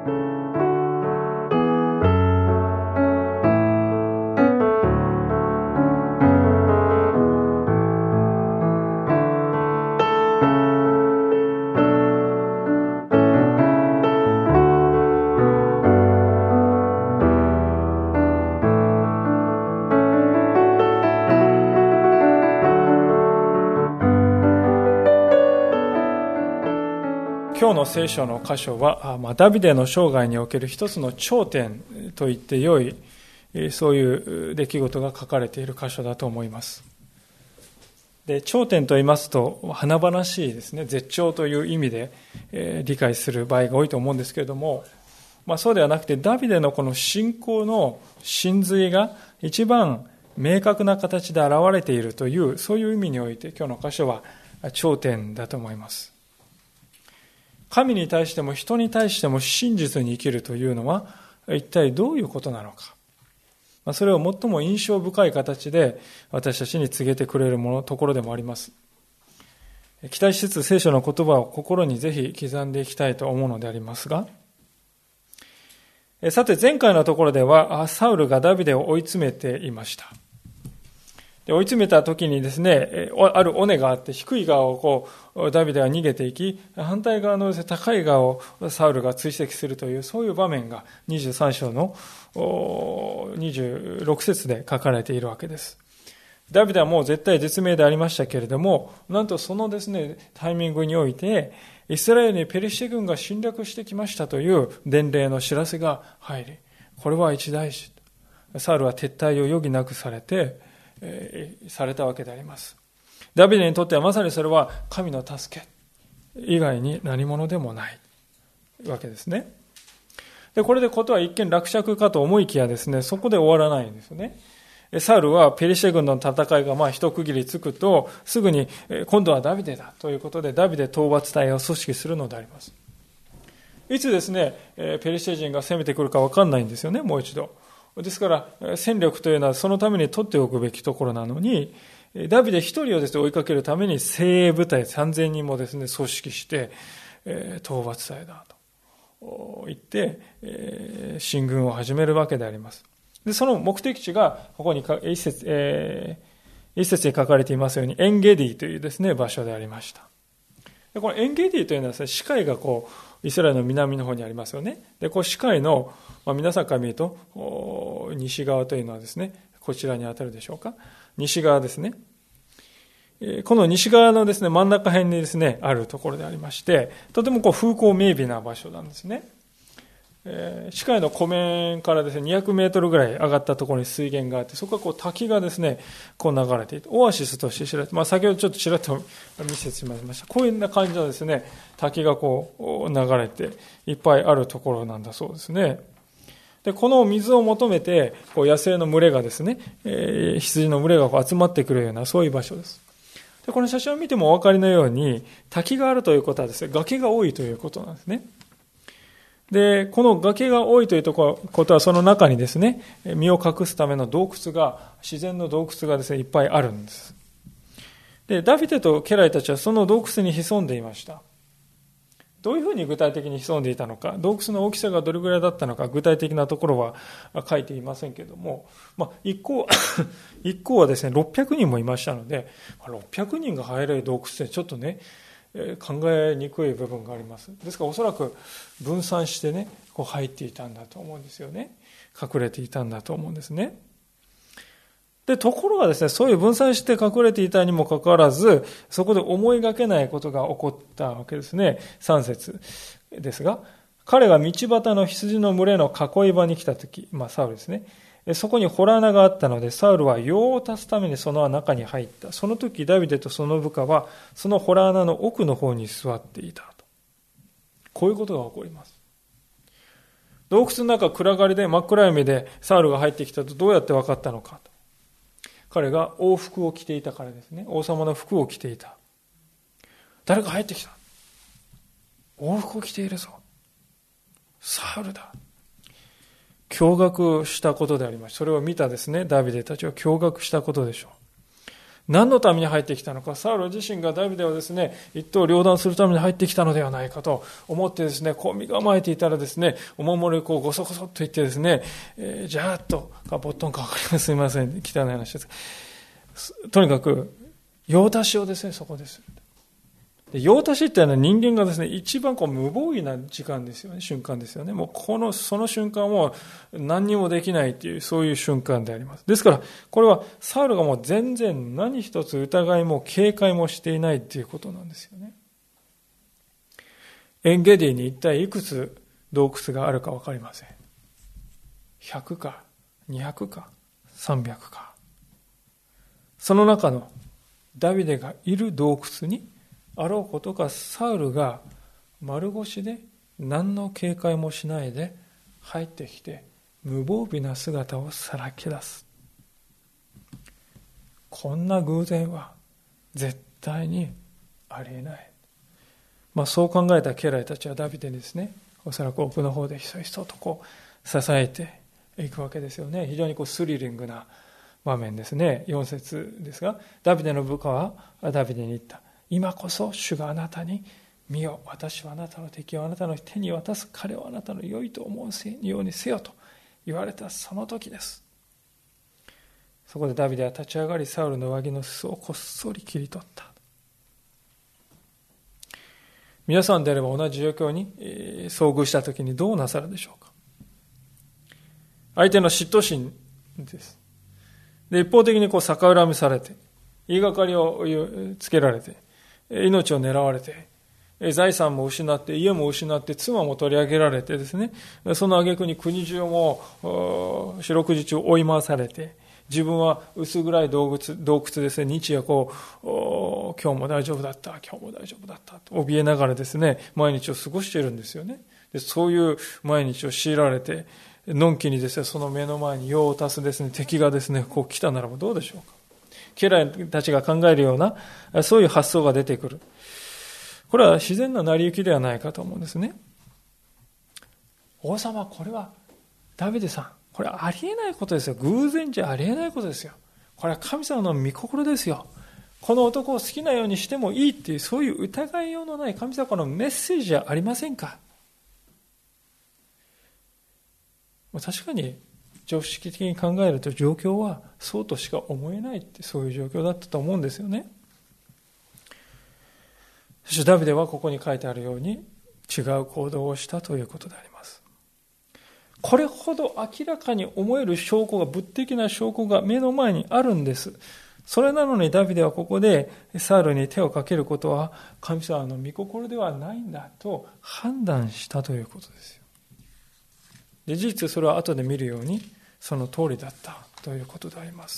今日の聖書の箇所は、ダビデの生涯における一つの頂点と言ってよい、そういう出来事が書かれている箇所だと思います。で、頂点と言いますと、華々しいですね、絶頂という意味で、理解する場合が多いと思うんですけれども、そうではなくて、ダビデのこの信仰の真髄が一番明確な形で現れているという、そういう意味において、今日の箇所は頂点だと思います。神に対しても人に対しても真実に生きるというのは一体どういうことなのか。それを最も印象深い形で私たちに告げてくれるところでもあります。期待しつつ聖書の言葉を心にぜひ刻んでいきたいと思うのでありますが、さて前回のところではサウルがダビデを追い詰めていました。追い詰めた時にですね、ある尾根があって低い川をダビデは逃げていき、反対側の高い川をサウルが追跡するという、そういう場面が23章の26節で書かれているわけです。ダビデはもう絶対絶命でありましたけれども、なんとそのですね、タイミングにおいて、イスラエルにペリシテ軍が侵略してきましたという伝令の知らせが入り、これは一大事。サウルは撤退を余儀なくされたわけであります。ダビデにとってはまさにそれは神の助け以外に何者でもないわけですね。で、これでことは一見落着かと思いきやですね、そこで終わらないんですよね。サウルはペリシテ軍の戦いが一区切りつくと、すぐに今度はダビデだということでダビデ討伐隊を組織するのであります。いつですね、ペリシテ人が攻めてくるか分かんないんですよね、もう一度。ですから戦力というのはそのために取っておくべきところなのに、ダビデ一人をですね追いかけるために精鋭部隊3000人もですね組織して討伐隊だと言って進軍を始めるわけであります。でその目的地がここに一節に書かれていますようにエンゲディというですね場所でありました。でこのエンゲディというのはですね、死海がイスラエルの南の方にありますよね。で死海の皆さんから見ると西側というのはですね、こちらに当たるでしょうか。西側ですね。この西側のですね真ん中辺にですねあるところでありまして、とても風光明媚な場所なんですね。死海の湖面からですね200メートルぐらい上がったところに水源があって、そこから滝がですね流れていて、オアシスとして知られて、先ほどちょっとちらっと見せてしまいました。こういう感じのですね滝が流れていっぱいあるところなんだそうですね。でこの水を求めて野生の群れがですね、羊の群れが集まってくるようなそういう場所です。でこの写真を見てもお分かりのように、滝があるということはですね、崖が多いということなんですね。でこの崖が多いということは、その中にですね身を隠すための洞窟が、自然の洞窟がですねいっぱいあるんです。でダビデと家来たちはその洞窟に潜んでいました。どういうふうに具体的に潜んでいたのか、洞窟の大きさがどれぐらいだったのか、具体的なところは書いていませんけれども、一行はですね600人もいましたので、600人が入れる洞窟ってちょっとね考えにくい部分があります。ですからおそらく分散してね入っていたんだと思うんですよね。隠れていたんだと思うんですね。でところがですね、そういう分散して隠れていたにもかかわらず、そこで思いがけないことが起こったわけですね。3節ですが、彼が道端の羊の群れの囲い場に来たとき、サウルですね、そこに洞穴があったので、サウルは用を足すためにその中に入った。その時ダビデとその部下はその洞穴の奥の方に座っていたと。こういうことが起こります。洞窟の中暗がりで真っ暗闇でサウルが入ってきたとどうやって分かったのかと。彼が王服を着ていたからですね。王様の服を着ていた。誰か入ってきた。王服を着ているぞ。サウルだ。驚愕したことであります。それを見たですね、ダビデたちは驚愕したことでしょう。 何のために入ってきたのか、サウル自身がダビデをですね、一刀両断するために入ってきたのではないかと思ってですね、こう身構えていたらですね、お守りをこうゴソゴソっと言ってですね、ジャーッとかボットンかわかります。すみません。汚い話です。とにかく、用足しをですね、そこでする。で、用足しっていうのは人間がですね、一番こう無防備な時間ですよね、瞬間ですよね。もうその瞬間も何にもできないっていう、そういう瞬間であります。ですから、これはサウルがもう全然何一つ疑いも警戒もしていないっていうことなんですよね。エンゲディに一体いくつ洞窟があるかわかりません。100か、200か、300か。その中のダビデがいる洞窟にあろうことかサウルが丸腰で何の警戒もしないで入ってきて無防備な姿をさらけ出す。こんな偶然は絶対にありえない。そう考えた家来たちはダビデにですね、おそらく奥の方でひそひそとこう支えていくわけですよね。非常にスリリングな場面ですね。4節ですが、ダビデの部下はダビデに言った。今こそ主があなたに、見よ、私はあなたの敵をあなたの手に渡す、彼をあなたの良いと思うようにせよと言われたその時です。そこでダビデは立ち上がり、サウルの上着の裾をこっそり切り取った。皆さんであれば同じ状況に遭遇した時にどうなさるでしょうか。相手の嫉妬心です。で、一方的に逆恨みされて、言いがかりをつけられて、命を狙われて、財産も失って、家も失って、妻も取り上げられてですね、その挙句に国中も四六時中追い回されて、自分は薄暗い洞窟ですね、日夜今日も大丈夫だった、今日も大丈夫だったと怯えながらですね、毎日を過ごしているんですよね。で、そういう毎日を強いられて、のんきにですね、その目の前に用を足すですね、敵がですね、来たならばどうでしょうか。家来たちが考えるような、そういう発想が出てくる。これは自然な成り行きではないかと思うんですね。王様、これはダビデさん、これはありえないことですよ。偶然じゃありえないことですよ。これは神様の御心ですよ。この男を好きなようにしてもいいっていう、そういう疑いようのない神様のメッセージじゃありませんか。確かに常識的に考えると状況はそうとしか思えないって、そういう状況だったと思うんですよね。そしてダビデはここに書いてあるように違う行動をしたということであります。これほど明らかに思える証拠が、物的な証拠が目の前にあるんです。それなのにダビデはここでサウルに手をかけることは神様の御心ではないんだと判断したということですよ。で、事実それは後で見るようにその通りだったということであります。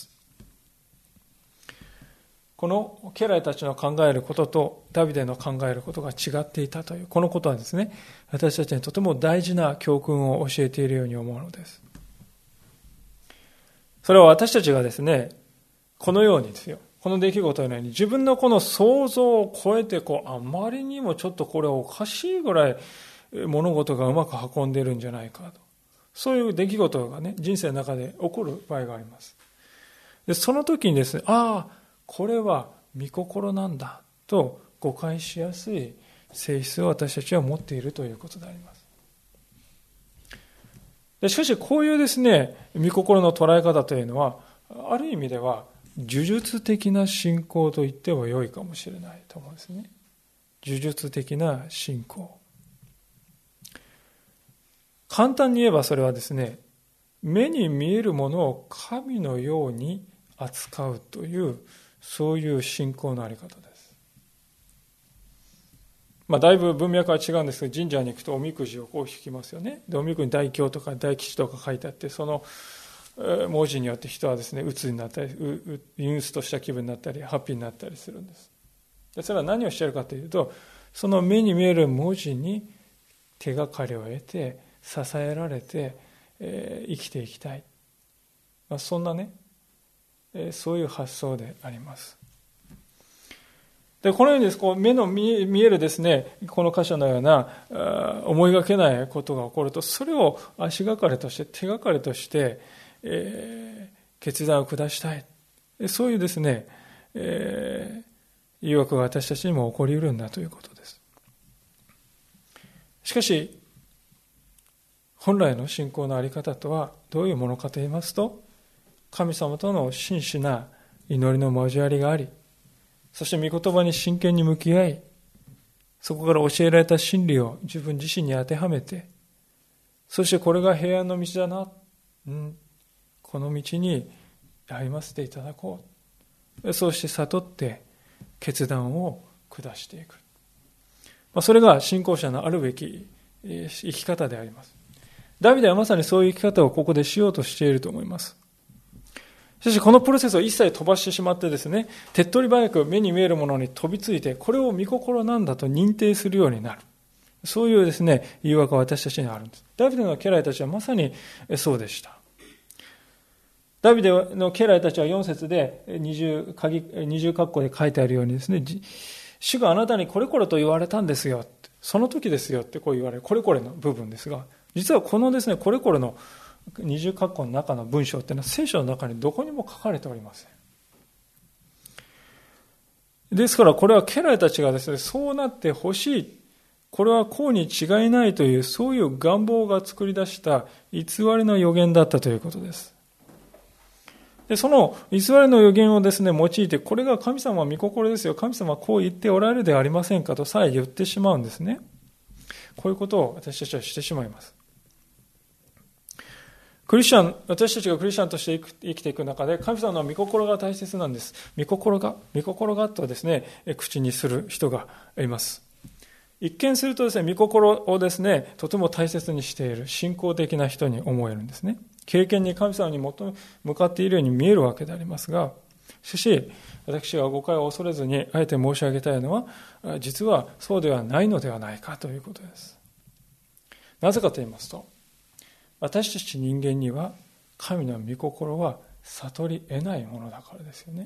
この家来たちの考えることとダビデの考えることが違っていたという、このことはですね、私たちにとても大事な教訓を教えているように思うのです。それは私たちがですね、このようにですよ、この出来事のように自分のこの想像を超えてあまりにもちょっとこれおかしいぐらい物事がうまく運んでいるんじゃないかと、そういう出来事がね、人生の中で起こる場合があります。で、その時にですね、これは御心なんだと誤解しやすい性質を私たちは持っているということであります。でしかしこういうですね、御心の捉え方というのはある意味では呪術的な信仰と言っても良いかもしれないと思うんですね。呪術的な信仰。簡単に言えばそれはですね、目に見えるものを神のように扱うという、そういう信仰のあり方です。だいぶ文脈は違うんですけど、神社に行くとおみくじを引きますよね。で、おみくじに大凶とか大吉とか書いてあって、その文字によって人はですね、鬱になったり、憂鬱とした気分になったり、ハッピーになったりするんです。で、それは何をしているかというと、その目に見える文字に手がかりを得て、支えられて、生きていきたい。そんなね、そういう発想であります。で、このようにです、目の見えるですね、この箇所のような思いがけないことが起こると、それを足がかりとして、手がかりとして、決断を下したい。そういうですね、 誘惑が私たちにも起こり得るんだということです。しかし、本来の信仰のあり方とはどういうものかと言いますと、神様との真摯な祈りの交わりがあり、そして御言葉に真剣に向き合い、そこから教えられた真理を自分自身に当てはめて、そしてこれが平安の道だな、この道に歩ませていただこう、そうして悟って決断を下していく。それが信仰者のあるべき生き方であります。ダビデはまさにそういう生き方をここでしようとしていると思います。しかしこのプロセスを一切飛ばしてしまってですね、手っ取り早く目に見えるものに飛びついて、これを御心なんだと認定するようになる。そういうですね、誘惑が私たちにあるんです。ダビデの家来たちはまさにそうでした。ダビデの家来たちは4節で二重括弧で書いてあるようにですね、主があなたにこれこれと言われたんですよ。その時ですよってこう言われる、これこれの部分ですが、実はこのですね、これこれの二重括弧の中の文章っていうのは聖書の中にどこにも書かれておりません。ですからこれは家来たちがですね、そうなってほしい、これはこうに違いないという、そういう願望が作り出した偽りの予言だったということです。で、その偽りの予言をですね、用いて、これが神様は御心ですよ、神様はこう言っておられるではありませんかとさえ言ってしまうんですね。こういうことを私たちはしてしまいます。私たちがクリスチャンとして生きていく中で、神様の御心が大切なんです。御心がとですね、口にする人がいます。一見するとですね、御心をですね、とても大切にしている信仰的な人に思えるんですね。経験に神様に向かっているように見えるわけでありますが、しかし、私が誤解を恐れずにあえて申し上げたいのは、実はそうではないのではないかということです。なぜかと言いますと、私たち人間には神の御心は悟り得ないものだからですよね。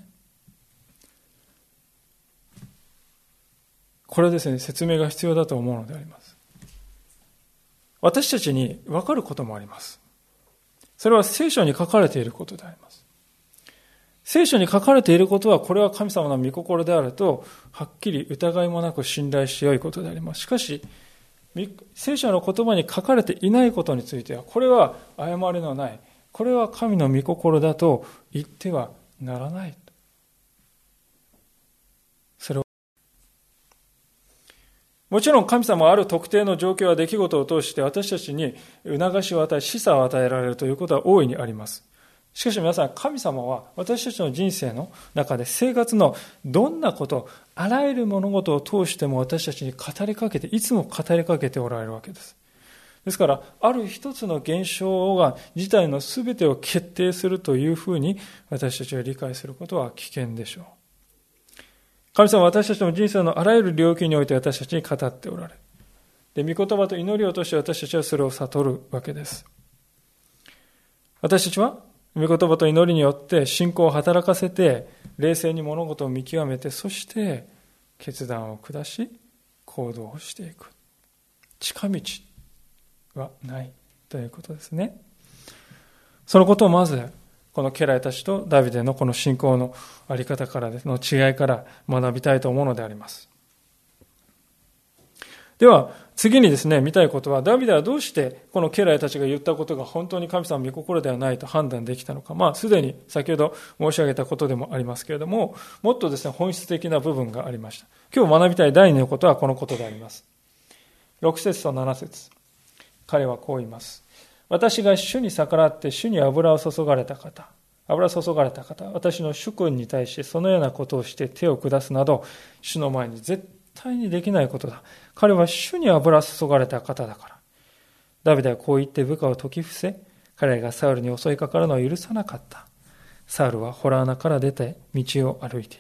これはですね、説明が必要だと思うのであります。私たちに分かることもあります。それは聖書に書かれていることであります。聖書に書かれていることは、これは神様の御心であると、はっきり疑いもなく信頼してよいことであります。しかし、聖書の言葉に書かれていないことについては、これは誤りのない、これは神の御心だと言ってはならない。それはもちろん神様はある特定の状況や出来事を通して私たちに促しを与え、示唆を与えられるということは大いにあります。しかし皆さん、神様は私たちの人生の中で生活のどんなこと、あらゆる物事を通しても私たちに語りかけて、いつも語りかけておられるわけです。ですから、ある一つの現象が事態の全てを決定するというふうに私たちが理解することは危険でしょう。神様は私たちの人生のあらゆる領域において私たちに語っておられる。で、御言葉と祈りを通して私たちはそれを悟るわけです。私たちは御言葉と祈りによって信仰を働かせて、冷静に物事を見極めて、そして決断を下し、行動をしていく。近道はないということですね。そのことをまず、この家来たちとダビデのこの信仰のあり方からの違いから学びたいと思うのであります。では、次にですね、見たいことは、ダビデはどうしてこの家来たちが言ったことが本当に神様の御心ではないと判断できたのか。すでに先ほど申し上げたことでもありますけれども、もっとですね、本質的な部分がありました。今日学びたい第二のことはこのことであります。6節と7節。彼はこう言います。私が主に逆らって主に油を注がれた方、私の主君に対してそのようなことをして手を下すなど、主の前に絶対にできないことだ。彼は主に油注がれた方だから。ダビデはこう言って部下を説き伏せ、彼がサウルに襲いかかるのを許さなかった。サウルは洞穴から出て道を歩いていった。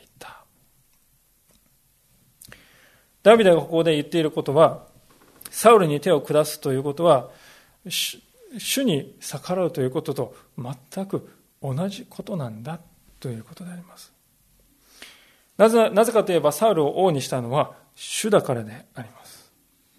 ダビデがここで言っていることは、サウルに手を下すということは、主に逆らうということと全く同じことなんだということであります。なぜかといえば、サウルを王にしたのは主だからであります。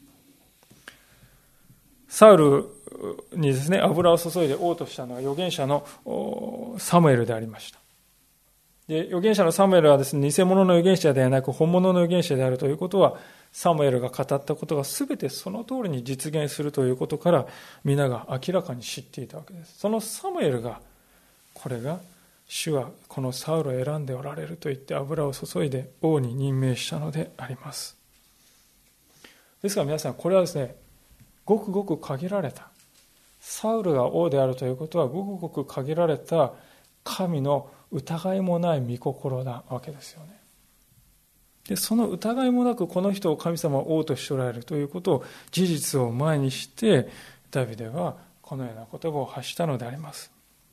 サウルにですね、油を注いで王としたのは預言者のサムエルでありました。 で、預言者のサムエルはですね、偽物の預言者ではなく本物の預言者であるということは、サムエルが語ったことが全てその通りに実現するということから、皆が明らかに知っていたわけです。そのサムエルが、これが主はこのサウルを選んでおられると言って油を注いで王に任命したのであります。ですから皆さん、これはですね、ごくごく限られた、サウルが王であるということはごくごく限られた神の疑いもない御心なわけですよね。で、その疑いもなくこの人を神様は王としておられるということを、事実を前にしてダビデはこのような言葉を発したのであります。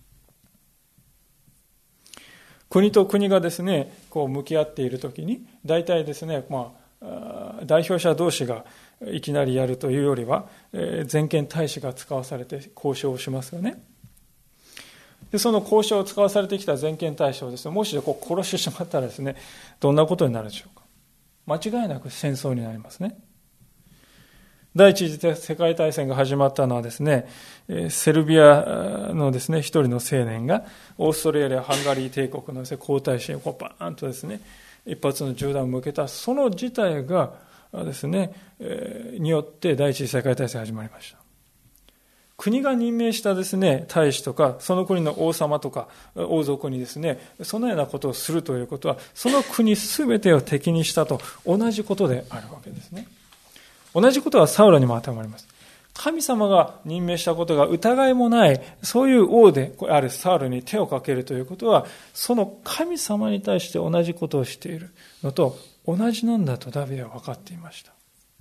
国と国がですね、こう向き合っているときに、大体ですね、代表者同士がいきなりやるというよりは、全権大使が使わされて交渉をしますよね。で、その交渉を使わされてきた全権大使をですね、もしこう殺してしまったらですね、どんなことになるでしょうか。間違いなく戦争になりますね。第一次世界大戦が始まったのはですね、セルビアのですね、一人の青年がオーストリアやハンガリー帝国のですね、皇太子にこうバーンとですね、一発の銃弾を向けた、その事態がですね、によって第一次世界大戦が始まりました。国が任命したですね、大使とか、その国の王様とか王族にですね、そのようなことをするということは、その国すべてを敵にしたと同じことであるわけですね。同じことはサウルにも当てはまります。神様が任命したことが疑いもない、そういう王であるサウルに手をかけるということは、その神様に対して同じことをしているのと同じなんだとダビデは分かっていました。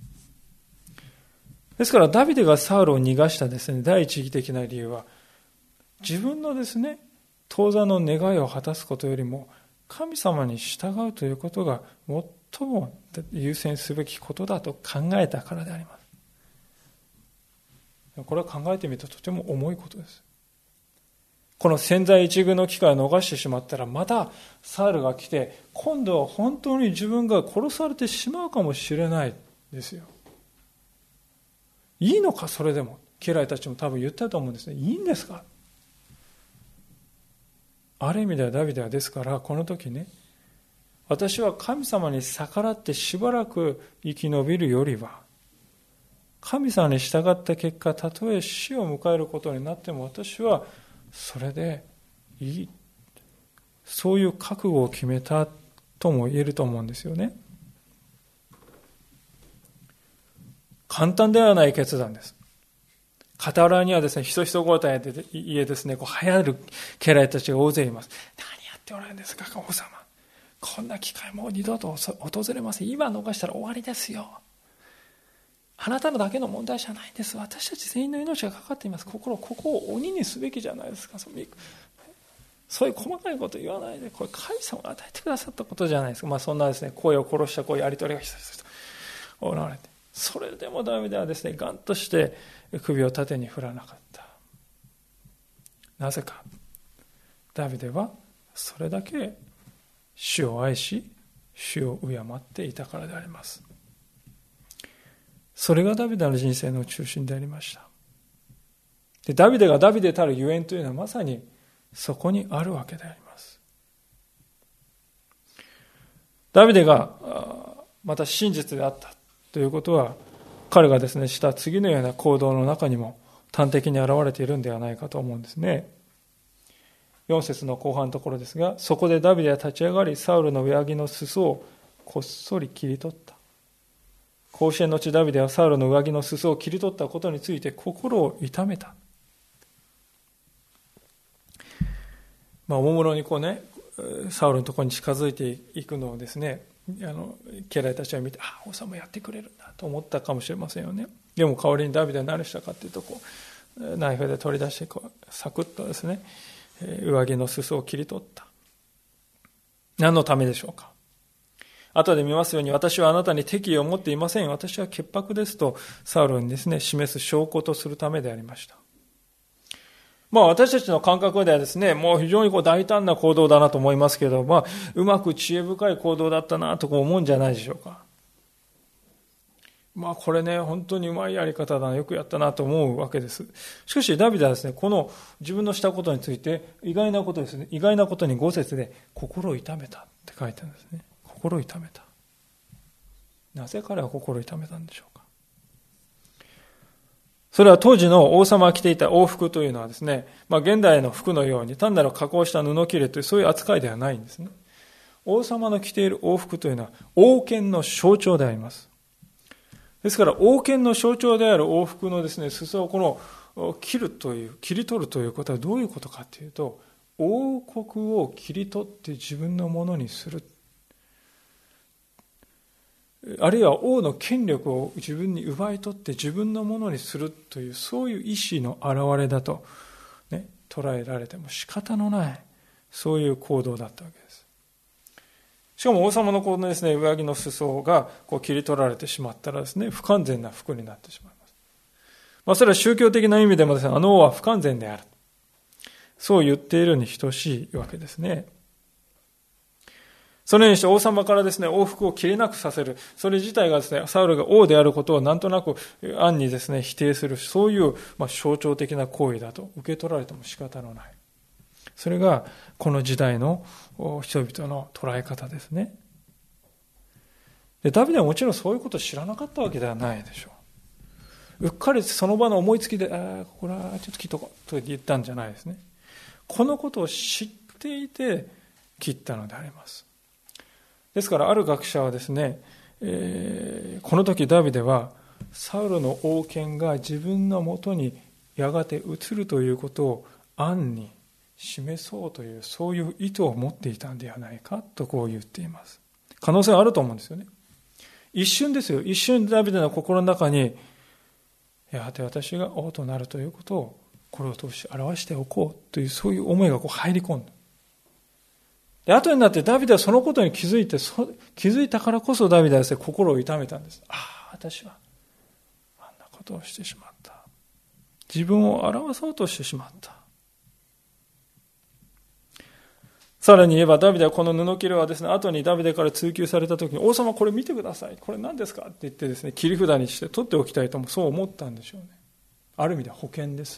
ですからダビデがサウルを逃がしたですね、第一義的な理由は、自分のですね、当座の願いを果たすことよりも、神様に従うということが最も優先すべきことだと考えたからであります。これは考えてみるととても重いことです。この千載一遇の機会を逃してしまったら、またサウルが来て、今度は本当に自分が殺されてしまうかもしれないですよ。いいのか、それでも。家来たちも多分言ったと思うんですね。いいんですか。ある意味ではダビデはですから、この時ね、私は神様に逆らってしばらく生き延びるよりは、神様に従った結果、たとえ死を迎えることになっても、私はそれでいい。そういう覚悟を決めたとも言えると思うんですよね。簡単ではない決断です。傍らにはですね、ひそひそ交代で家ですね、流行る家来たちが大勢います。何やっておられるんですか、王様。こんな機会もう二度と訪れません。今逃したら終わりですよ。あなたのだけの問題じゃないんです。私たち全員の命がかかっています。ここを鬼にすべきじゃないですか。そういう細かいこと言わないで、これ神様が与えてくださったことじゃないですか。そんなですね、声を殺したやり取りがひそひそと行われて、それでもダビデはですね、ガンとして首を縦に振らなかった。なぜか。ダビデはそれだけ主を愛し、主を敬っていたからであります。それがダビデの人生の中心でありました。で、ダビデがダビデたるゆえんというのはまさにそこにあるわけであります。ダビデがまた真実であったということは、彼がですね、した次のような行動の中にも端的に現れているんではないかと思うんですね。4節の後半のところですが、そこでダビデは立ち上がり、サウルの上着の裾をこっそり切り取った。甲子園の地ダビデはサウルの上着の裾を切り取ったことについて心を痛めた。おもむろにサウルのところに近づいていくのをですね、家来たちは見て、王様やってくれるんだと思ったかもしれませんよね。でも代わりにダビデは何したかというと、ナイフで取り出してサクッとですね、上着の裾を切り取った。何のためでしょうか。後で見ますように、私はあなたに敵意を持っていません。私は潔白ですとサウルにですね、示す証拠とするためでありました。私たちの感覚ではですね、もう非常に大胆な行動だなと思いますけど、うまく知恵深い行動だったなと思うんじゃないでしょうか。 これね、本当にうまいやり方だな、よくやったなと思うわけです。しかしダビデはですね、この自分のしたことについて意外なことですね、意外なことに5節で心を痛めたって書いてあるんですね。心を痛めた。なぜ彼は心を痛めたんでしょうか。それは当時の王様が着ていた王服というのはですね、現代の服のように単なる加工した布切れというそういう扱いではないんですね。王様の着ている王服というのは王権の象徴であります。ですから王権の象徴である王服のですね、裾をこの切り取るということはどういうことかというと、王国を切り取って自分のものにする。あるいは王の権力を自分に奪い取って自分のものにするという、そういう意志の表れだと、捉えられても仕方のない、そういう行動だったわけです。しかも王様のこのですね、上着の裾が切り取られてしまったらですね、不完全な服になってしまいます。それは宗教的な意味でもですね、王は不完全である。そう言っているに等しいわけですね。そのようにして王様からですね、王服を切れなくさせる。それ自体がですね、サウルが王であることをなんとなく暗にですね、否定する。そういう象徴的な行為だと受け取られても仕方のない。それがこの時代の人々の捉え方ですね。で、ダビデはもちろんそういうことを知らなかったわけではないでしょう。うっかりその場の思いつきで、これはちょっと切っとこうと言ったんじゃないですね。このことを知っていて切ったのであります。ですからある学者はですね、この時ダビデはサウルの王権が自分のもとにやがて移るということを暗に示そうという、そういう意図を持っていたんではないかとこう言っています。可能性はあると思うんですよね。一瞬ですよ。一瞬ダビデの心の中に、やがて私が王となるということをこれを通して表しておこうという、そういう思いが入り込んだ。で、後になってダビデはそのことに気づいたからこそダビデはですね、心を痛めたんです。私はあんなことをしてしまった。自分を表そうとしてしまった。さらに言えばダビデはこの布切れはですね、後にダビデから追及された時に、王様これ見てください。これ何ですかって言ってですね、切り札にして取っておきたいともそう思ったんでしょうね。ある意味で保険です。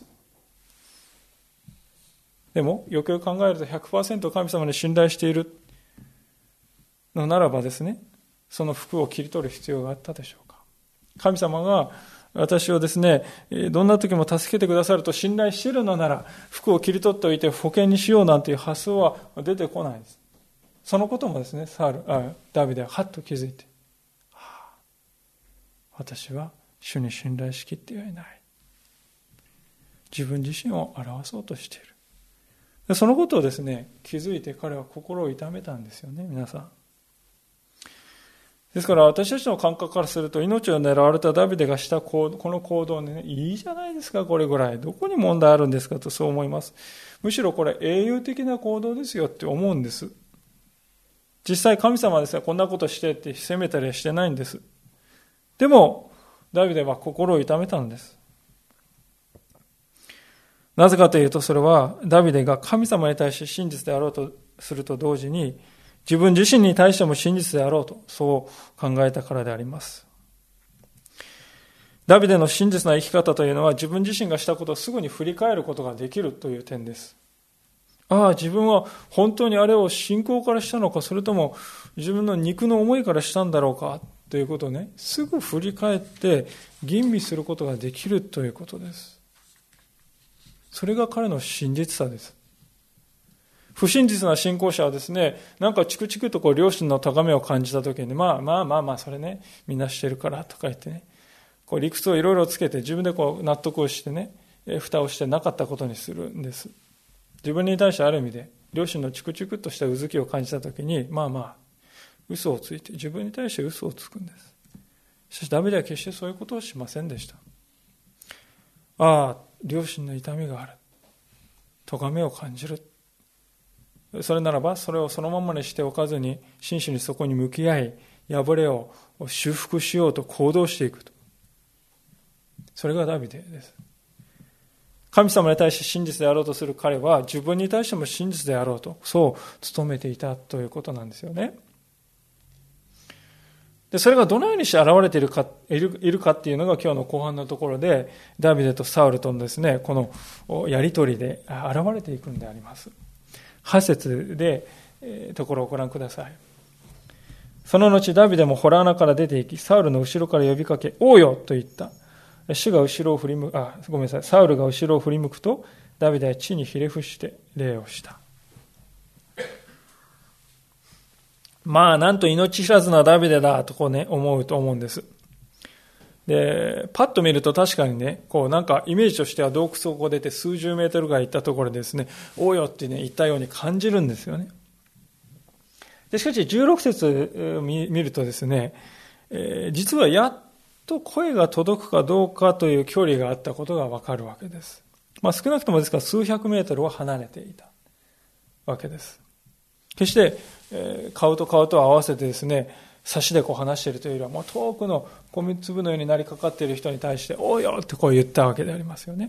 でもよくよく考えると 100% 神様に信頼しているのならばですね、その服を切り取る必要があったでしょうか。神様が私をですね、どんな時も助けてくださると信頼しているのなら、服を切り取っておいて保険にしようなんていう発想は出てこないです。そのこともですね、ダビデははっと気づいて、私は主に信頼しきってはいない。自分自身を表そうとしている。そのことをですね、気づいて彼は心を痛めたんですよね、皆さん。ですから私たちの感覚からすると、命を狙われたダビデがしたこの行動ね、いいじゃないですか、これぐらい。どこに問題あるんですかとそう思います。むしろこれ英雄的な行動ですよって思うんです。実際神様はですね、こんなことしてって責めたりはしてないんです。でも、ダビデは心を痛めたんです。なぜかというと、それはダビデが神様に対して真実であろうとすると同時に、自分自身に対しても真実であろうと、そう考えたからであります。ダビデの真実な生き方というのは、自分自身がしたことをすぐに振り返ることができるという点です。自分は本当にあれを信仰からしたのか、それとも自分の肉の思いからしたんだろうかということをね、すぐ振り返って吟味することができるということです。それが彼の真実さです。不真実な信仰者はですね、なんかチクチクと良心の高めを感じたときに、それね、みんなしてるからとか言ってね、理屈をいろいろつけて自分で納得をしてね、蓋をしてなかったことにするんです。自分に対してある意味で、良心のチクチクとしたうずきを感じたときに、嘘をついて、自分に対して嘘をつくんです。しかしダビデは決してそういうことをしませんでした。良心の痛みがある。咎めを感じる。それならば、それをそのままにしておかずに、真摯にそこに向き合い、破れを修復しようと行動していくと。それがダビデです。神様に対して真実であろうとする彼は、自分に対しても真実であろうと、そう努めていたということなんですよね。 それがどのようにして現れているかっていうのが今日の後半のところで、ダビデとサウルとのですね、このやりとりで現れていくんであります。8節で、ところをご覧ください。その後ダビデも洞穴から出て行き、サウルの後ろから呼びかけ、王よと言った。サウルが後ろを振り向くと、ダビデは地にひれ伏して礼をした。なんと命知らずなダビデだと思うと思うんです。で、パッと見ると確かにね、なんかイメージとしては洞窟を出て数十メートルぐらい行ったところでですね、おうよって言ったように感じるんですよね。で、しかし16節見るとですね、実はやっと声が届くかどうかという距離があったことがわかるわけです。少なくともですから数百メートルは離れていたわけです。決して、顔と顔と合わせてですね、差しで話しているというよりは、もう遠くの米粒のようになりかかっている人に対して、おうよって言ったわけでありますよね。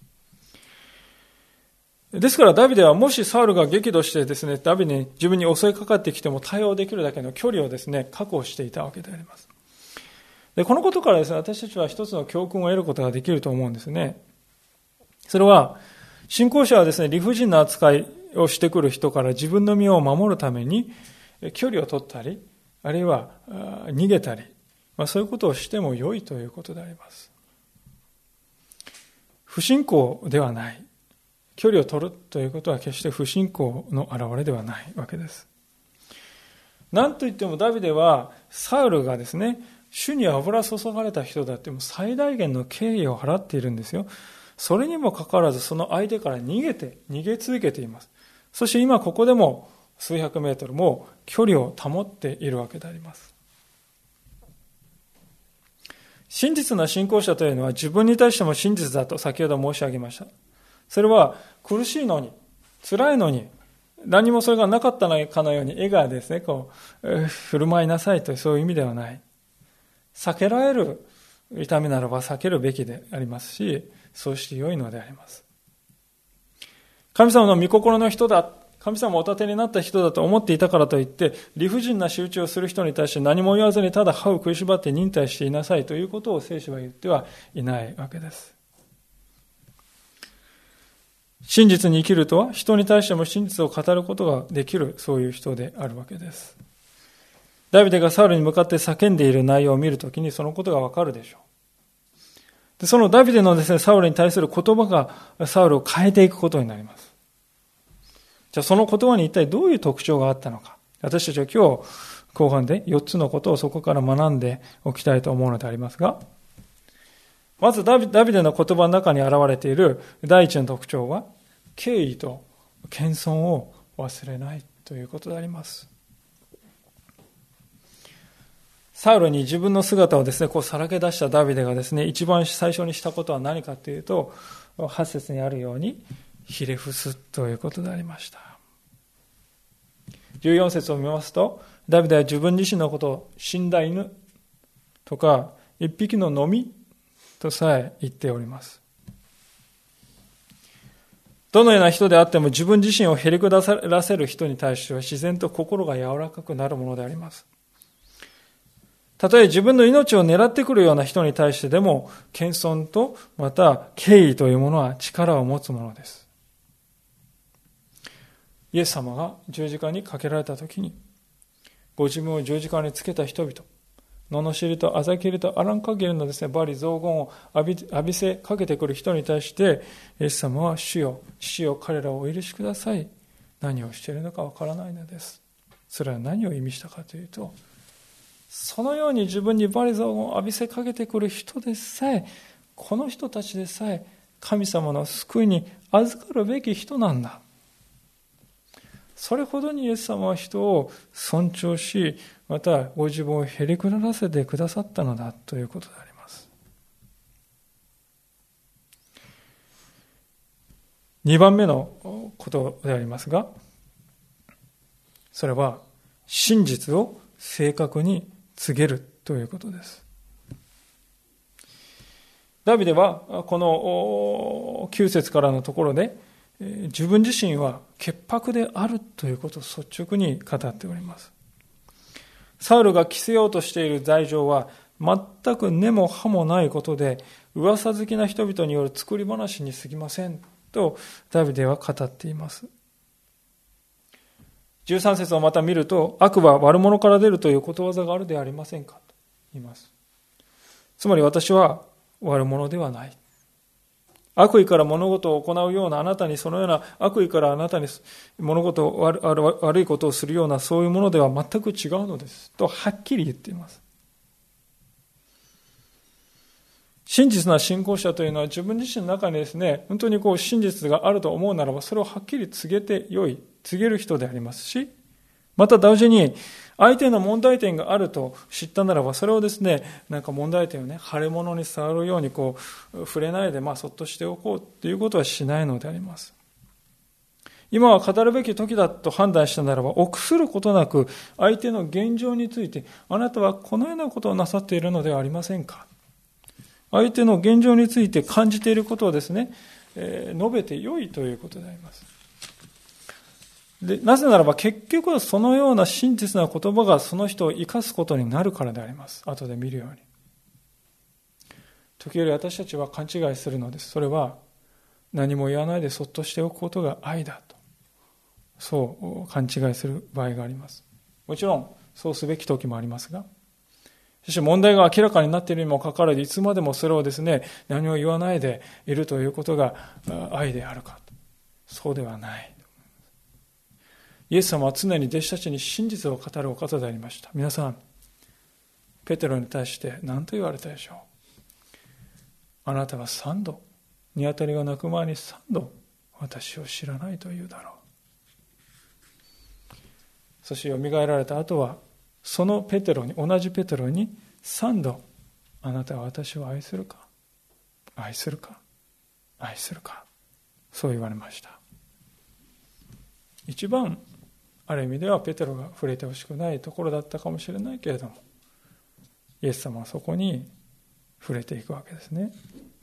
ですからダビデはもしサウルが激怒してですね、ダビデに自分に襲いかかってきても対応できるだけの距離をですね、確保していたわけであります。で、このことからですね、私たちは一つの教訓を得ることができると思うんですね。それは、信仰者はですね、理不尽な扱いをしてくる人から自分の身を守るために距離を取ったり、あるいは逃げたり、そういうことをしても良いということであります。不信仰ではない。距離を取るということは決して不信仰の表れではないわけです。なんといってもダビデはサウルがですね、主に油注がれた人だっても最大限の敬意を払っているんですよ。それにもかかわらずその相手から逃げ続けています。そして今ここでも数百メートルも距離を保っているわけであります。真実な信仰者というのは自分に対しても真実だと先ほど申し上げました。それは苦しいのに、辛いのに、何もそれがなかったのかのように笑顔ですね、振る舞いなさいというそういう意味ではない。避けられる痛みならば避けるべきでありますし、そうして良いのであります。神様の御心の人だ、神様をお立てになった人だと思っていたからといって、理不尽な仕打ちをする人に対して何も言わずにただ歯を食いしばって忍耐していなさいということを聖書は言ってはいないわけです。真実に生きるとは人に対しても真実を語ることができるそういう人であるわけです。ダビデがサウルに向かって叫んでいる内容を見るときにそのことがわかるでしょう。で、そのダビデのですね、サウルに対する言葉がサウルを変えていくことになります。じゃあその言葉に一体どういう特徴があったのか。私たちは今日後半で4つのことをそこから学んでおきたいと思うのでありますが、まずダビデの言葉の中に現れている第一の特徴は、敬意と謙遜を忘れないということであります。サウルに自分の姿をですね、さらけ出したダビデがですね、一番最初にしたことは何かというと、8節にあるように、ひれ伏すということでありました。14節を見ますと、ダビデは自分自身のことを死んだ犬とか、一匹ののみとさえ言っております。どのような人であっても自分自身をへり下らせる人に対しては自然と心が柔らかくなるものであります。たとえ自分の命を狙ってくるような人に対してでも、謙遜とまた敬意というものは力を持つものです。イエス様が十字架にかけられたときに、ご自分を十字架につけた人々、罵りとあざきりとあらん限りのですね、罵詈雑言を浴びせかけてくる人に対して、イエス様は主よ、父よ、彼らをお許しください。何をしているのかわからないのです。それは何を意味したかというと、そのように自分に罵詈雑言を浴びせかけてくる人でさえ、この人たちでさえ神様の救いに預かるべき人なんだ。それほどにイエス様は人を尊重し、またご自分をへりくだらせてくださったのだということであります。2番目のことでありますが、それは真実を正確に告げるということです。ダビデはこの9節からのところで、自分自身は潔白であるということを率直に語っております。 サウルが着せようとしている罪状は全く根も葉もないことで、噂好きな人々による作り話に過ぎませんとダビデは語っています。13節をまた見ると、悪は悪者から出るということわざがあるではありませんかと言います。つまり私は悪者ではない。悪意から物事を行うようなあなたに、そのような悪意からあなたに物事を悪いことをするようなそういうものでは全く違うのですとはっきり言っています。真実な信仰者というのは自分自身の中にですね、本当に真実があると思うならば、それをはっきり告げてよい、告げる人でありますし、また同時に相手の問題点があると知ったならば、それをですね、問題点をね、腫れ物に触るように触れないで、そっとしておこうということはしないのであります。今は語るべき時だと判断したならば、臆することなく相手の現状について、あなたはこのようなことをなさっているのではありませんか。相手の現状について感じていることをですね、述べてよいということであります。で、なぜならば結局はそのような真実な言葉がその人を生かすことになるからであります。後で見るように。時折私たちは勘違いするのです。それは何も言わないでそっとしておくことが愛だと。そう勘違いする場合があります。もちろんそうすべき時もありますが、そして問題が明らかになっているにもかかわらず、いつまでもそれをですね、何も言わないでいるということが愛であるか。そうではない。イエス様は常に弟子たちに真実を語るお方でありました。皆さん、ペテロに対して何と言われたでしょう。あなたは3度、ニワトリが鳴く前に3度、私を知らないと言うだろう。そしてよみがえられた後は、そのペテロに、同じペテロに3度、あなたは私を愛するか、愛するか、愛するか、そう言われました。一番ある意味ではペテロが触れてほしくないところだったかもしれないけれども、イエス様はそこに触れていくわけですね。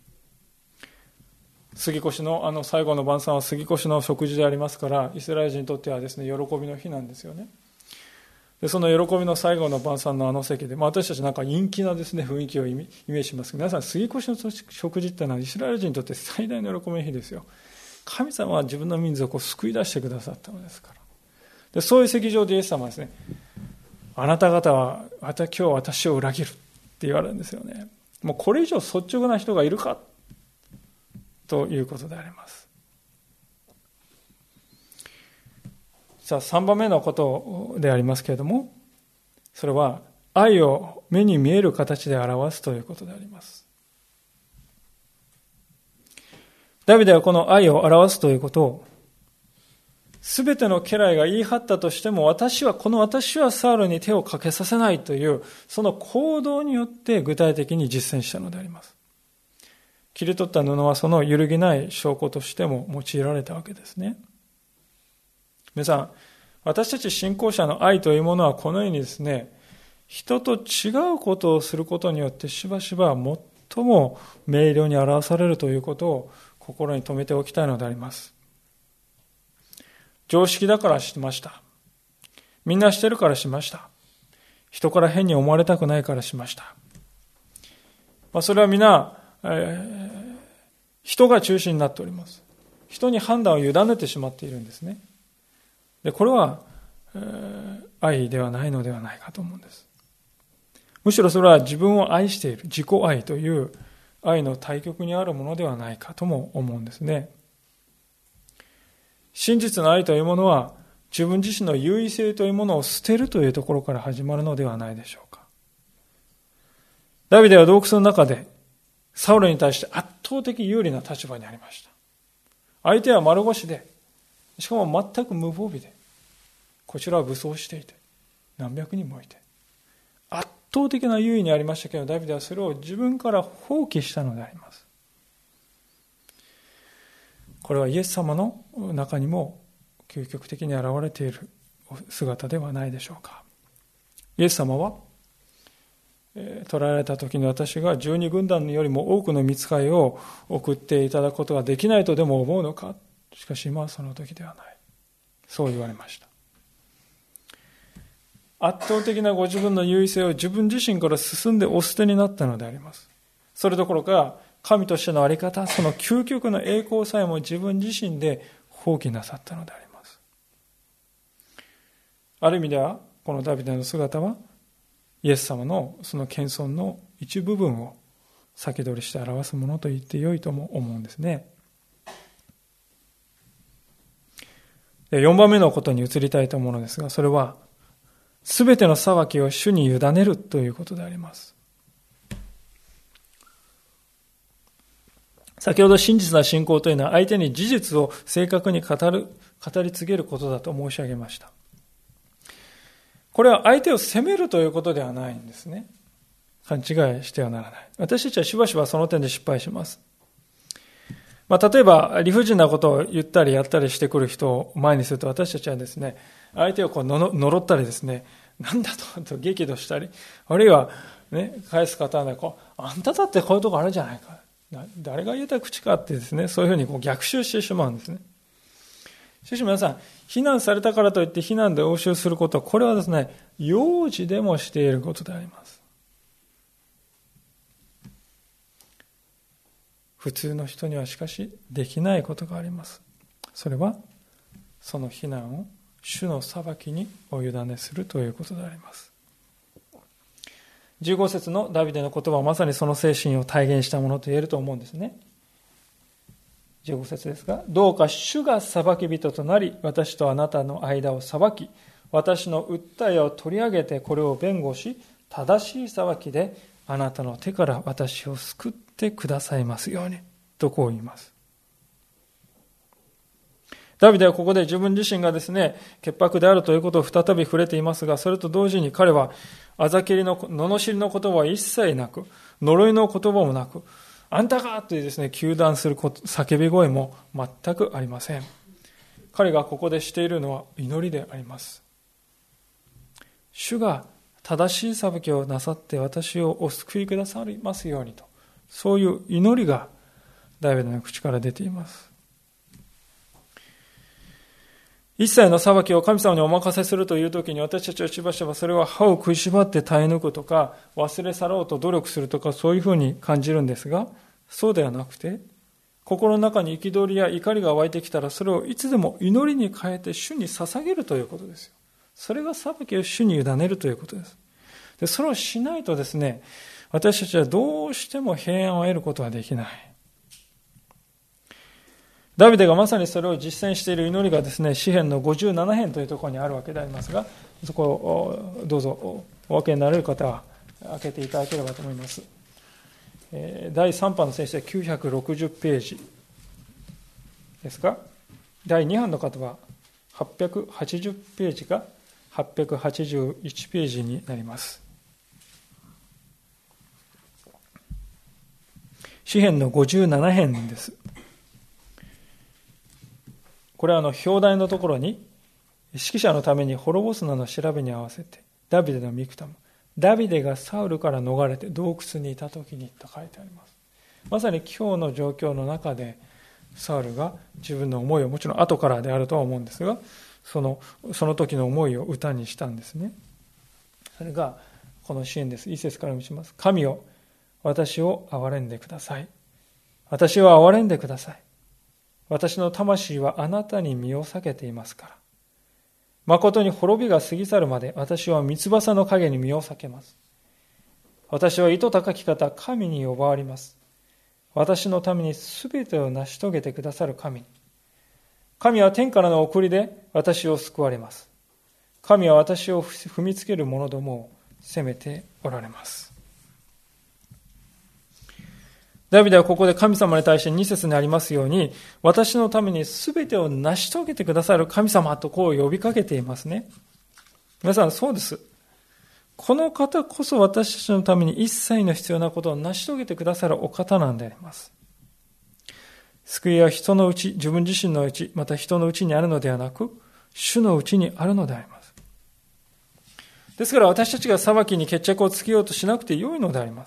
杉越の最後の晩餐は杉越の食事でありますから、イスラエル人にとってはですね、喜びの日なんですよね。でその喜びの最後の晩餐の席で、私たち陰気なですね、雰囲気をイメージしますけど、皆さん、杉越の食事ってのはイスラエル人にとって最大の喜びの日ですよ。神様は自分の民族を救い出してくださったのですから。でそういう席上でイエス様はですね、あなた方は今日私を裏切るって言われるんですよね。もうこれ以上率直な人がいるかということであります。さあ3番目のことでありますけれども、それは愛を目に見える形で表すということであります。ダビデはこの愛を表すということを、すべての家来が言い張ったとしても、私はサウルに手をかけさせないという、その行動によって具体的に実践したのであります。切り取った布はその揺るぎない証拠としても用いられたわけですね。皆さん、私たち信仰者の愛というものはこのようにですね、人と違うことをすることによってしばしば最も明瞭に表されるということを心に留めておきたいのであります。常識だからしました。みんなしてるからしました。人から変に思われたくないからしました。それは皆、人が中心になっております。人に判断を委ねてしまっているんですね。で、これは、愛ではないのではないかと思うんです。むしろそれは自分を愛している自己愛という愛の対極にあるものではないかとも思うんですね。真実の愛というものは自分自身の優位性というものを捨てるというところから始まるのではないでしょうか。ダビデは洞窟の中でサウルに対して圧倒的有利な立場にありました。相手は丸腰で、しかも全く無防備で、こちらは武装していて、何百人もいて、圧倒的な優位にありましたけど、ダビデはそれを自分から放棄したのであります。これはイエス様の中にも究極的に現れている姿ではないでしょうか。イエス様は、捕らえられた時に私が12軍団よりも多くの御使いを送っていただくことができないとでも思うのか。しかし今はその時ではない。そう言われました。 圧倒的なご自分の優位性を自分自身から進んでお捨てになったのであります。それどころか、神としてのあり方、その究極の栄光さえも自分自身で放棄なさったのであります。ある意味では、このダビデの姿は、イエス様のその謙遜の一部分を先取りして表すものと言ってよいとも思うんですね。4番目のことに移りたいと思うのですが、それは、すべての裁きを主に委ねるということであります。先ほど真実な信仰というのは相手に事実を正確に語り継げることだと申し上げました。これは相手を責めるということではないんですね。勘違いしてはならない。私たちはしばしばその点で失敗します。例えば理不尽なことを言ったりやったりしてくる人を前にすると、私たちはですね、相手を呪ったりですね、なんだと激怒したり、あるいはね、返す方はあんただってこういうとこあるじゃないか、誰が言えた口かってですね、そういうふうに逆襲してしまうんですね。しかし皆さん、非難されたからといって非難で応酬することは、これはですね、幼児でもしていることであります。普通の人にはしかしできないことがあります。それはその非難を主の裁きにお委ねするということであります。15節のダビデの言葉はまさにその精神を体現したものと言えると思うんですね。15節ですが、どうか主が裁き人となり、私とあなたの間を裁き、私の訴えを取り上げてこれを弁護し、正しい裁きであなたの手から私を救ってくださいますように、とこう言います。ダビデはここで自分自身がですね、潔白であるということを再び触れていますが、それと同時に彼はあざけりの罵りの言葉は一切なく、呪いの言葉もなく、あんたかというですね、糾弾する叫び声も全くありません。彼がここでしているのは祈りであります。主が正しい裁きをなさって私をお救いくださりますようにと、そういう祈りがダビデの口から出ています。一切の裁きを神様にお任せするというときに、私たちはしばしばそれは歯を食いしばって耐え抜くとか、忘れ去ろうと努力するとか、そういうふうに感じるんですが、そうではなくて、心の中に憤りや怒りが湧いてきたら、それをいつでも祈りに変えて主に捧げるということですよ。それが裁きを主に委ねるということです。で、それをしないとですね、私たちはどうしても平安を得ることはできない。ダビデがまさにそれを実践している祈りがですね、詩編の57編というところにあるわけでありますが、そこをどうぞお分けになれる方は開けていただければと思います。第3版の聖書で960ページですが、第2版の方は880ページか881ページになります。詩編の57編です。これは表題のところに、指揮者のために滅ぼすなの調べに合わせて、ダビデのミクタム、ダビデがサウルから逃れて洞窟にいた時にと書いてあります。まさに今日の状況の中で、サウルが自分の思いを、もちろん後からであるとは思うんですが、その時の思いを歌にしたんですね。それがこの詩篇です。一節から見します。神よ、私を憐れんでください。私を憐れんでください。私の魂はあなたに身を避けていますから。誠に滅びが過ぎ去るまで私は三翼の影に身を避けます。私は糸高き方、神に呼ばわります。私のためにすべてを成し遂げてくださる神に。神は天からの送りで私を救われます。神は私を踏みつける者どもを責めておられます。ダビデはここで神様に対して2節にありますように、私のために全てを成し遂げてくださる神様とこう呼びかけていますね。皆さん、そうです。この方こそ私たちのために一切の必要なことを成し遂げてくださるお方なんであります。救いは人のうち、自分自身のうち、また人のうちにあるのではなく、主のうちにあるのであります。ですから私たちが裁きに決着をつけようとしなくてよいのであります。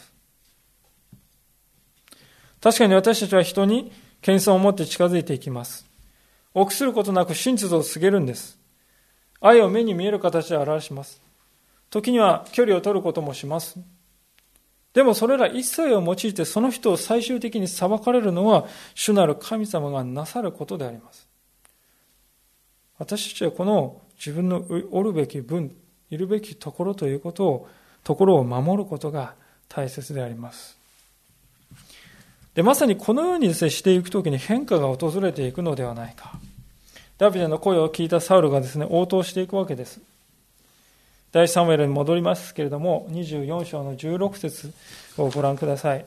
確かに私たちは人に謙遜を持って近づいていきます。臆することなく真実を告げるんです。愛を目に見える形で表します。 時には距離を取ることもします。でもそれら一切を用いてその人を最終的に裁かれるのは主なる神様がなさることであります。私たちはこの自分のおるべき分、いるべきところというところを守ることが大切であります。で、まさにこのようにですね、していくときに変化が訪れていくのではないか。ダビデの声を聞いたサウルがですね、応答していくわけです。第サムエルに戻りますけれども、24章の16節をご覧ください。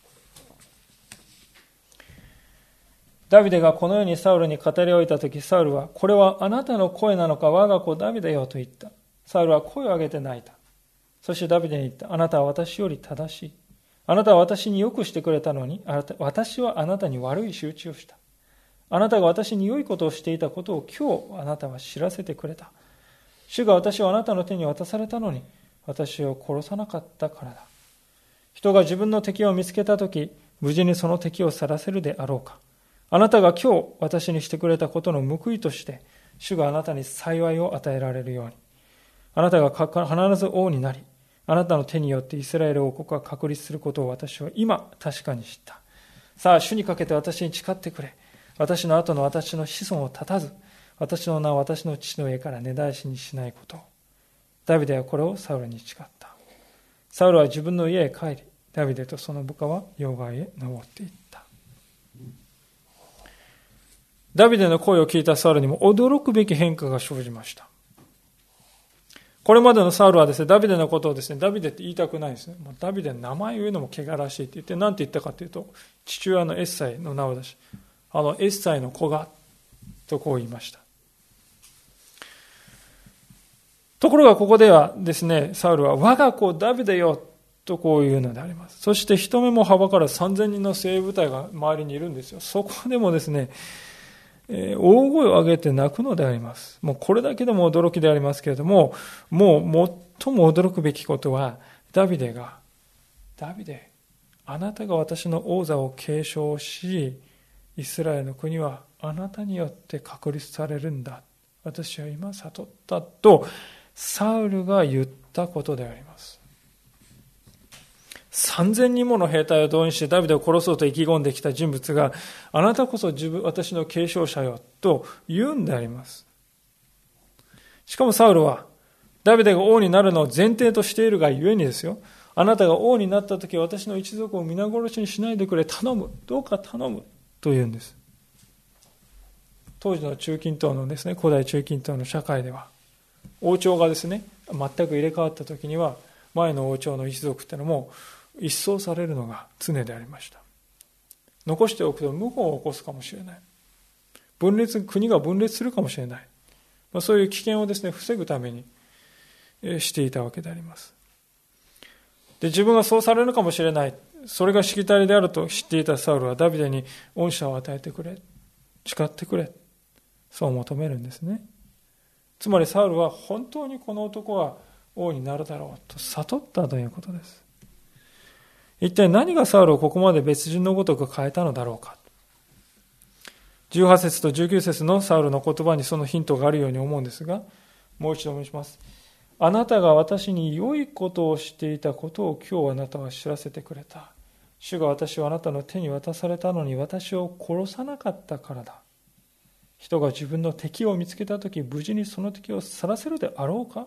ダビデがこのようにサウルに語り終えたとき、サウルは、これはあなたの声なのか、我が子ダビデよと言った。サウルは声を上げて泣いた。そしてダビデに言った。あなたは私より正しい。あなたは私に良くしてくれたのに、私はあなたに悪い仕打ちをした。あなたが私に良いことをしていたことを今日あなたは知らせてくれた。主が私をあなたの手に渡されたのに、私を殺さなかったからだ。人が自分の敵を見つけたとき、無事にその敵を去らせるであろうか。あなたが今日私にしてくれたことの報いとして、主があなたに幸いを与えられるように。あなたが必ず王になり、あなたの手によってイスラエル王国が確立することを私は今確かに知った。さあ、主にかけて私に誓ってくれ。私の後の私の子孫を絶たず、私の名を私の父の家から根絶やしにしないことを。ダビデはこれをサウルに誓った。サウルは自分の家へ帰り、ダビデとその部下は要害へ登っていった。ダビデの声を聞いたサウルにも驚くべき変化が生じました。これまでのサウルはですね、ダビデのことをですね、ダビデって言いたくないんですね。もうダビデの名前を言うのも汚らしいって言って、何て言ったかというと、父親のエッサイの名を出し、エッサイの子が、とこう言いました。ところがここではですね、サウルは我が子ダビデよとこう言うのであります。そして人目もはばから3000人の精鋭部隊が周りにいるんですよ。そこでもですね、大声を上げて泣くのであります。もうこれだけでも驚きでありますけれども、もう最も驚くべきことは、ダビデ、あなたが私の王座を継承し、イスラエルの国はあなたによって確立されるんだ。私は今悟ったと、サウルが言ったことであります。3000人もの兵隊を動員してダビデを殺そうと意気込んできた人物が、あなたこそ私の継承者よと言うんであります。しかもサウルはダビデが王になるのを前提としているがゆえにですよ、あなたが王になった時私の一族を皆殺しにしないでくれ、頼む、どうか頼むと言うんです。当時の中近東のですね、古代中近東の社会では、王朝がですね、全く入れ替わった時には、前の王朝の一族っていうのも一掃されるのが常でありました。残しておくと謀反を起こすかもしれない。国が分裂するかもしれない。そういう危険をですね、防ぐためにしていたわけであります。で、自分がそうされるかもしれない。それがしきたりであると知っていたサウルはダビデに恩赦を与えてくれ、誓ってくれ、そう求めるんですね。つまりサウルは本当にこの男は王になるだろうと悟ったということです。一体何がサウルをここまで別人のごとく変えたのだろうか。18節と19節のサウルの言葉にそのヒントがあるように思うんですが、もう一度申します。あなたが私に良いことをしていたことを今日あなたは知らせてくれた。主が私をあなたの手に渡されたのに私を殺さなかったからだ。人が自分の敵を見つけたとき、無事にその敵を去らせるであろうか。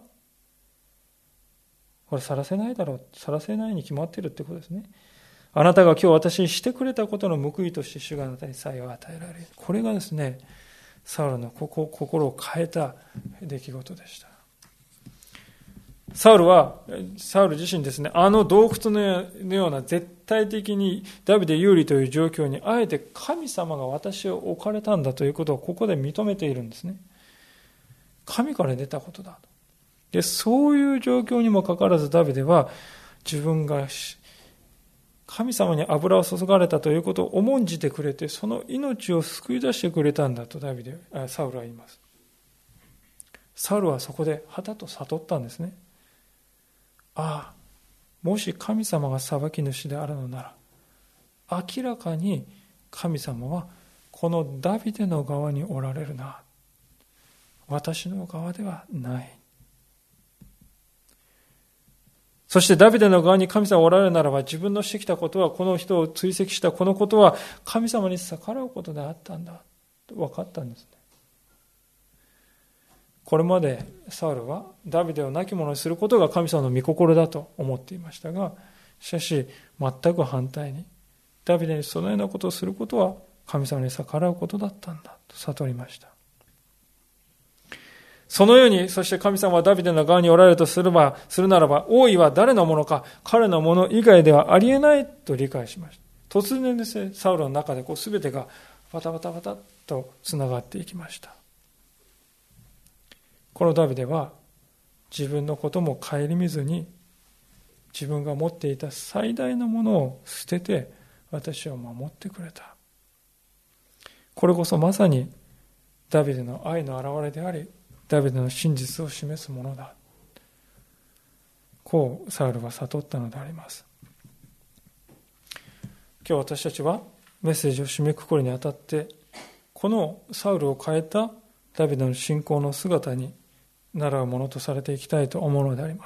これ去らせないだろう。去らせないに決まっているってことですね。あなたが今日私にしてくれたことの報いとして主があなたに幸いを与えられる。これがですね、サウルの心を変えた出来事でした。サウル自身ですね、洞窟のような絶対的にダビデ有利という状況にあえて神様が私を置かれたんだということをここで認めているんですね。神から出たことだと。で、そういう状況にもかかわらずダビデは自分が神様に油を注がれたということを重んじてくれて、その命を救い出してくれたんだとサウルは言います。サウルはそこではたと悟ったんですね。ああ、もし神様が裁き主であるのなら、明らかに神様はこのダビデの側におられるな。私の側ではない。 そしてダビデの側に神様がおられるならば、自分のしてきたことは、この人を追跡したこのことは神様に逆らうことであったんだと分かったんですね。これまでサウルはダビデを亡き者にすることが神様の御心だと思っていましたが、しかし全く反対に、ダビデにそのようなことをすることは神様に逆らうことだったんだと悟りました。そのように、そして神様はダビデの側におられるとするならば、王位は誰のものか、彼のもの以外ではありえないと理解しました。突然ですね、サウルの中で全てがバタバタバタとつながっていきました。このダビデは自分のことも顧みずに、自分が持っていた最大のものを捨てて私を守ってくれた。これこそまさにダビデの愛の表れであり、ダビデの真実を示すものだ。こうサウルは悟ったのであります。今日私たちはメッセージを締めくくるにあたって、このサウルを変えたダビデの信仰の姿に習うものとされていきたいと思うのであります。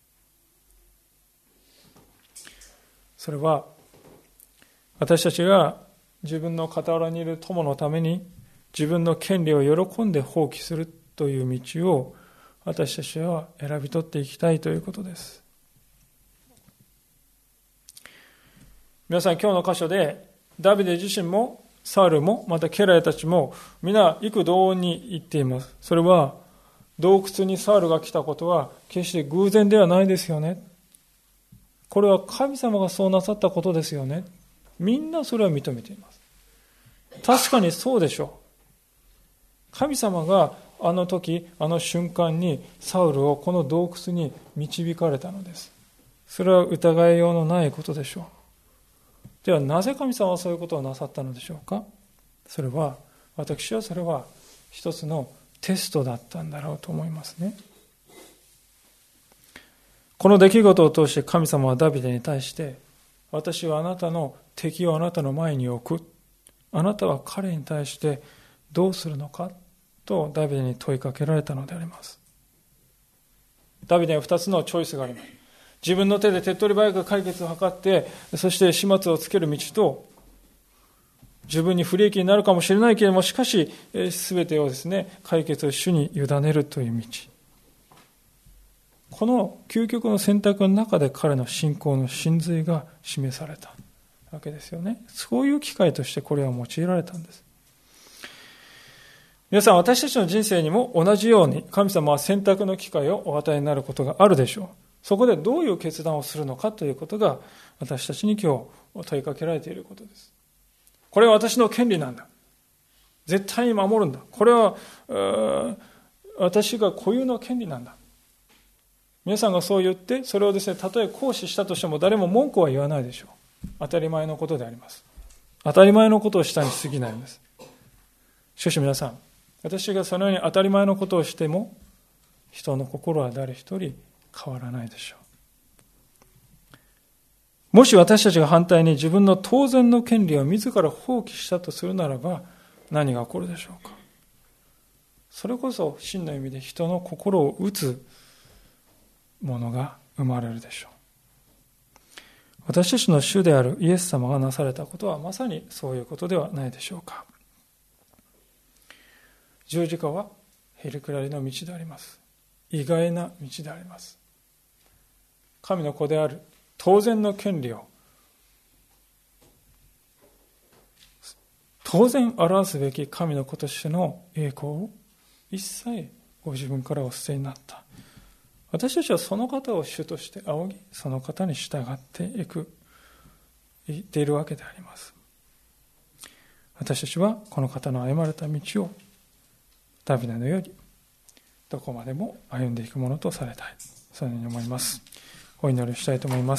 それは私たちが自分の傍らにいる友のために自分の権利を喜んで放棄するという道を私たちは選び取っていきたいということです。皆さん、今日の箇所でダビデ自身もサウルもまた家来たちも皆異口同音に言っています。それは洞窟にサウルが来たことは決して偶然ではないですよね。これは神様がそうなさったことですよね。みんなそれは認めています。確かにそうでしょう。神様があの時、あの瞬間にサウルをこの洞窟に導かれたのです。それは疑いようのないことでしょう。ではなぜ神様はそういうことをなさったのでしょうか。私はそれは一つのテストだったんだろうと思いますね。この出来事を通して神様はダビデに対して、私はあなたの敵をあなたの前に置く。あなたは彼に対してどうするのかとダビデに問いかけられたのであります。ダビデには2つのチョイスがあります。自分の手で手っ取り早く解決を図って、そして始末をつける道と、自分に不利益になるかもしれないけれども、しかし全てをですね、解決を主に委ねるという道。この究極の選択の中で彼の信仰の真髄が示されたわけですよね。そういう機会としてこれは用いられたんです。皆さん、私たちの人生にも同じように神様は選択の機会をお与えになることがあるでしょう。そこでどういう決断をするのかということが私たちに今日問いかけられていることです。これは私の権利なんだ。絶対に守るんだ。これは私が固有の権利なんだ。皆さんがそう言って、それをですね、たとえ行使したとしても誰も文句は言わないでしょう。当たり前のことであります。当たり前のことをしたに過ぎないんです。しかし皆さん、私がそのように当たり前のことをしても、人の心は誰一人変わらないでしょう。もし私たちが反対に自分の当然の権利を自ら放棄したとするならば、何が起こるでしょうか。それこそ真の意味で人の心を打つものが生まれるでしょう。私たちの主であるイエス様がなされたことはまさにそういうことではないでしょうか。十字架はへりくらりの道であります。意外な道であります。神の子である当然の権利を当然表すべき神の子としての栄光を一切ご自分からお捨てになった。私たちはその方を主として仰ぎ、その方に従っていっているわけであります。私たちはこの方の歩まれた道をダビデのようにどこまでも歩んでいくものとされたい。そういうふうに思います。お祈りしたいと思います。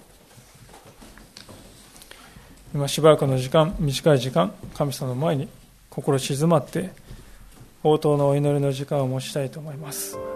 今しばらくの時間、短い時間、神様の前に心静まって応答のお祈りの時間を持ちたいと思います。